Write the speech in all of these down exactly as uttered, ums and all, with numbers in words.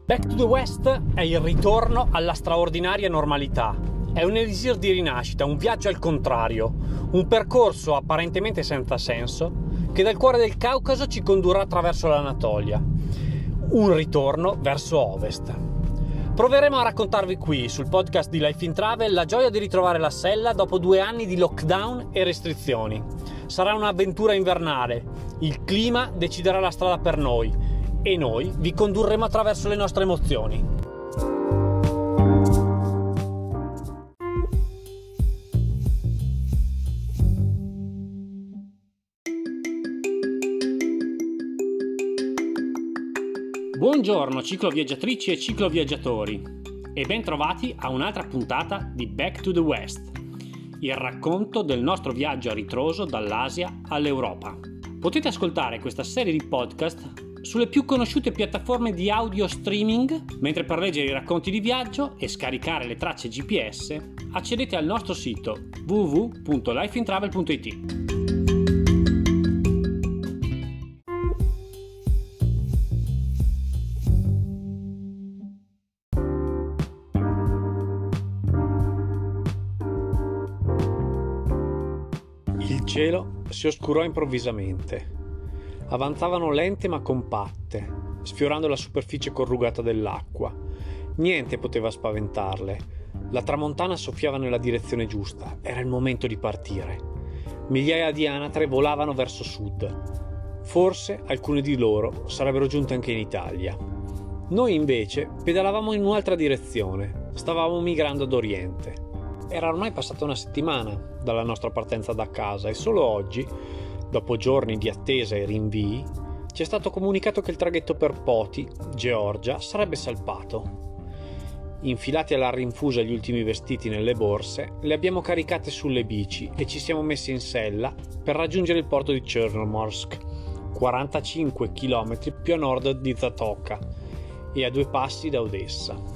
Back to the West è il ritorno alla straordinaria normalità. È un elisir di rinascita, un viaggio al contrario, un percorso apparentemente senza senso che dal cuore del Caucaso ci condurrà attraverso l'Anatolia. Un ritorno verso ovest. Proveremo a raccontarvi qui, sul podcast di Life in Travel, la gioia di ritrovare la sella dopo due anni di lockdown e restrizioni. Sarà un'avventura invernale. Il clima deciderà la strada per noi e noi vi condurremo attraverso le nostre emozioni. Buongiorno cicloviaggiatrici e cicloviaggiatori e ben trovati a un'altra puntata di Back to the West, il racconto del nostro viaggio a ritroso dall'Asia all'Europa. Potete ascoltare questa serie di podcast sulle più conosciute piattaforme di audio streaming, mentre per leggere i racconti di viaggio e scaricare le tracce G P S accedete al nostro sito w w w punto life in travel punto i t. Il cielo si oscurò improvvisamente. Avanzavano lente ma compatte, sfiorando la superficie corrugata dell'acqua. Niente poteva spaventarle. La tramontana soffiava nella direzione giusta. Era il momento di partire. Migliaia di anatre volavano verso sud. Forse alcune di loro sarebbero giunte anche in Italia. Noi invece pedalavamo in un'altra direzione. Stavamo migrando ad oriente. Era ormai passata una settimana dalla nostra partenza da casa e solo oggi, dopo giorni di attesa e rinvii, ci è stato comunicato che il traghetto per Poti, Georgia, sarebbe salpato. Infilati alla rinfusa gli ultimi vestiti nelle borse, le abbiamo caricate sulle bici e ci siamo messi in sella per raggiungere il porto di Chernomorsk, quarantacinque chilometri più a nord di Zatoka e a due passi da Odessa.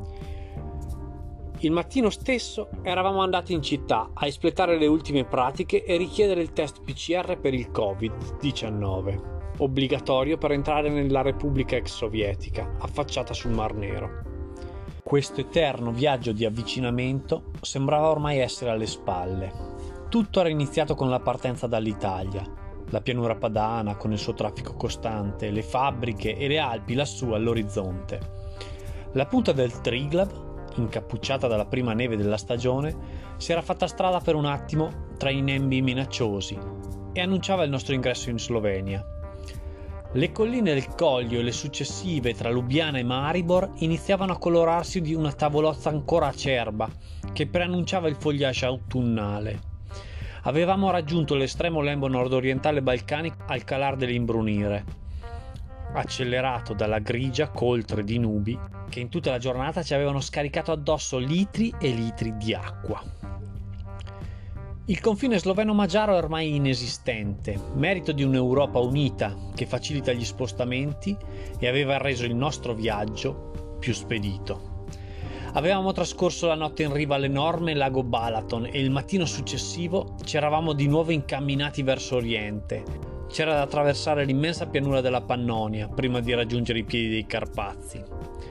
Il mattino stesso eravamo andati in città a espletare le ultime pratiche e richiedere il test P C R per il covid diciannove, obbligatorio per entrare nella Repubblica ex sovietica, affacciata sul Mar Nero. Questo eterno viaggio di avvicinamento sembrava ormai essere alle spalle. Tutto era iniziato con la partenza dall'Italia, la pianura padana con il suo traffico costante, le fabbriche e le Alpi lassù all'orizzonte. La punta del Triglav, incappucciata dalla prima neve della stagione, si era fatta strada per un attimo tra i nembi minacciosi e annunciava il nostro ingresso in Slovenia. Le colline del Coglio e le successive tra Lubiana e Maribor iniziavano a colorarsi di una tavolozza ancora acerba che preannunciava il fogliage autunnale. Avevamo raggiunto l'estremo lembo nord-orientale balcanico al calar dell'imbrunire, accelerato dalla grigia coltre di nubi che in tutta la giornata ci avevano scaricato addosso litri e litri di acqua. Il confine sloveno-magiaro è ormai inesistente, merito di un'Europa unita che facilita gli spostamenti e aveva reso il nostro viaggio più spedito. Avevamo trascorso la notte in riva all'enorme lago Balaton e il mattino successivo ci eravamo di nuovo incamminati verso oriente. C'era da attraversare l'immensa pianura della Pannonia prima di raggiungere i piedi dei Carpazi.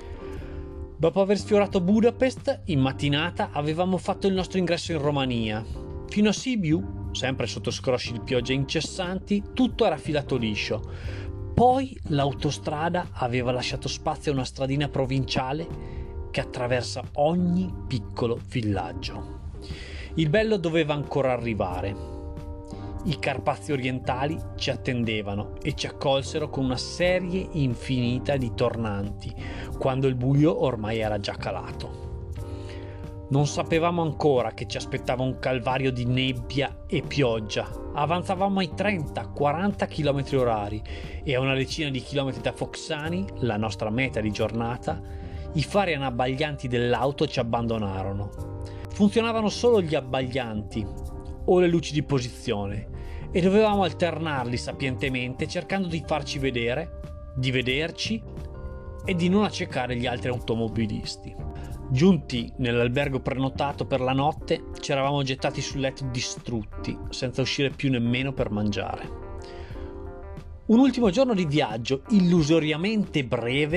Dopo aver sfiorato Budapest, in mattinata avevamo fatto il nostro ingresso in Romania. Fino a Sibiu, sempre sotto scrosci di pioggia incessanti, tutto era filato liscio. Poi l'autostrada aveva lasciato spazio a una stradina provinciale che attraversa ogni piccolo villaggio. Il bello doveva ancora arrivare. I Carpazi orientali ci attendevano e ci accolsero con una serie infinita di tornanti, quando il buio ormai era già calato. Non sapevamo ancora che ci aspettava un calvario di nebbia e pioggia. Avanzavamo ai trenta quaranta chilometri orari e a una decina di chilometri da Foxani, la nostra meta di giornata, i fari anabbaglianti dell'auto ci abbandonarono. Funzionavano solo gli abbaglianti o le luci di posizione e dovevamo alternarli sapientemente cercando di farci vedere, di vederci e di non accecare gli altri automobilisti. Giunti nell'albergo prenotato per la notte, ci eravamo gettati sul letto distrutti, senza uscire più nemmeno per mangiare. Un ultimo giorno di viaggio illusoriamente breve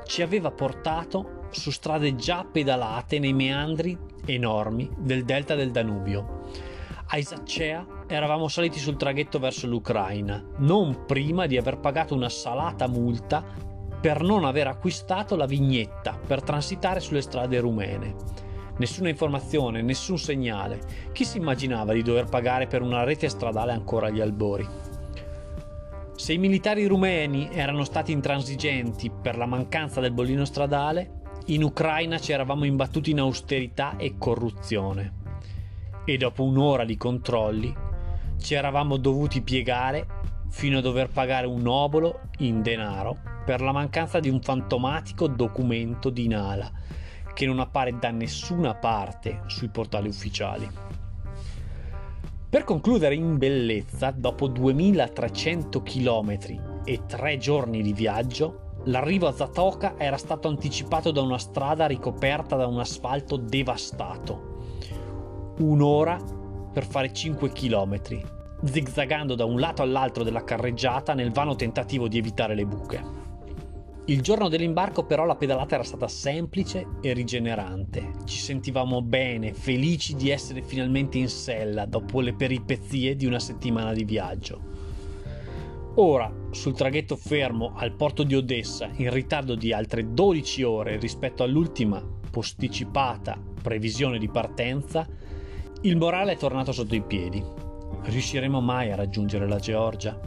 ci aveva portato su strade già pedalate nei meandri enormi del delta del Danubio. A Isaccea eravamo saliti sul traghetto verso l'Ucraina, non prima di aver pagato una salata multa per non aver acquistato la vignetta per transitare sulle strade rumene. Nessuna informazione, nessun segnale. Chi si immaginava di dover pagare per una rete stradale ancora agli albori? Se i militari rumeni erano stati intransigenti per la mancanza del bollino stradale, in Ucraina ci eravamo imbattuti in austerità e corruzione. E dopo un'ora di controlli ci eravamo dovuti piegare fino a dover pagare un obolo in denaro per la mancanza di un fantomatico documento di Nala che non appare da nessuna parte sui portali ufficiali. Per concludere in bellezza, dopo duemilatrecento chilometri e tre giorni di viaggio, l'arrivo a Zatoka era stato anticipato da una strada ricoperta da un asfalto devastato. Un'ora per fare cinque chilometri, zigzagando da un lato all'altro della carreggiata nel vano tentativo di evitare le buche. Il giorno dell'imbarco però la pedalata era stata semplice e rigenerante. Ci sentivamo bene, felici di essere finalmente in sella dopo le peripezie di una settimana di viaggio. Ora, sul traghetto fermo al porto di Odessa, in ritardo di altre dodici ore rispetto all'ultima posticipata previsione di partenza, il morale è tornato sotto i piedi. Riusciremo mai a raggiungere la Georgia?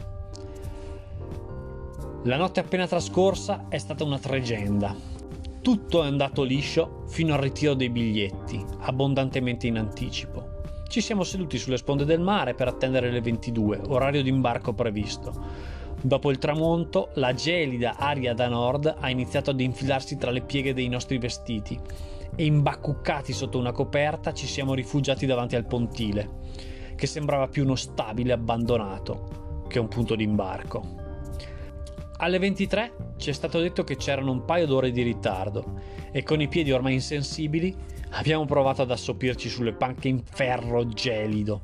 La notte appena trascorsa è stata una tregenda. Tutto è andato liscio fino al ritiro dei biglietti, abbondantemente in anticipo. Ci siamo seduti sulle sponde del mare per attendere le ventidue, orario di imbarco previsto. Dopo il tramonto, la gelida aria da nord ha iniziato ad infilarsi tra le pieghe dei nostri vestiti e imbacuccati sotto una coperta ci siamo rifugiati davanti al pontile, che sembrava più uno stabile abbandonato che un punto di imbarco. Alle ventitré ci è stato detto che c'erano un paio d'ore di ritardo e con i piedi ormai insensibili abbiamo provato ad assopirci sulle panche in ferro gelido.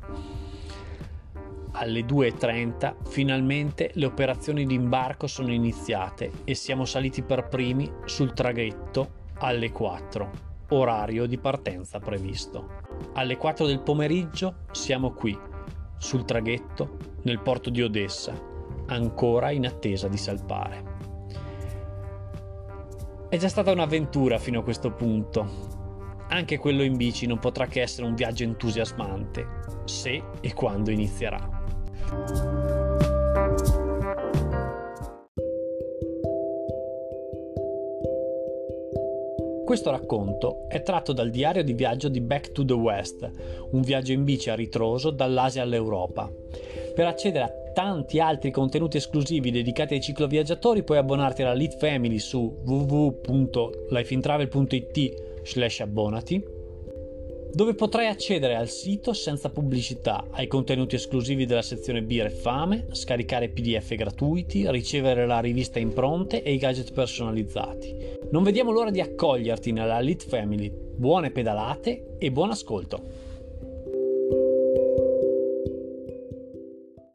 Alle due e trenta finalmente le operazioni di imbarco sono iniziate e siamo saliti per primi sul traghetto alle quattro, orario di partenza previsto. Alle quattro del pomeriggio siamo qui, sul traghetto, nel porto di Odessa, ancora in attesa di salpare. È già stata un'avventura fino a questo punto. Anche quello in bici non potrà che essere un viaggio entusiasmante, se e quando inizierà. Questo racconto è tratto dal diario di viaggio di Back to the West, un viaggio in bici a ritroso dall'Asia all'Europa. Per accedere a tanti altri contenuti esclusivi dedicati ai cicloviaggiatori puoi abbonarti alla Lead Family su w w w punto lifeintravel punto i t slash abbonati, dove potrai accedere al sito senza pubblicità, ai contenuti esclusivi della sezione birra e fame, scaricare P D F gratuiti, ricevere la rivista impronte e i gadget personalizzati. Non vediamo l'ora di accoglierti nella Lead Family. Buone pedalate e buon ascolto!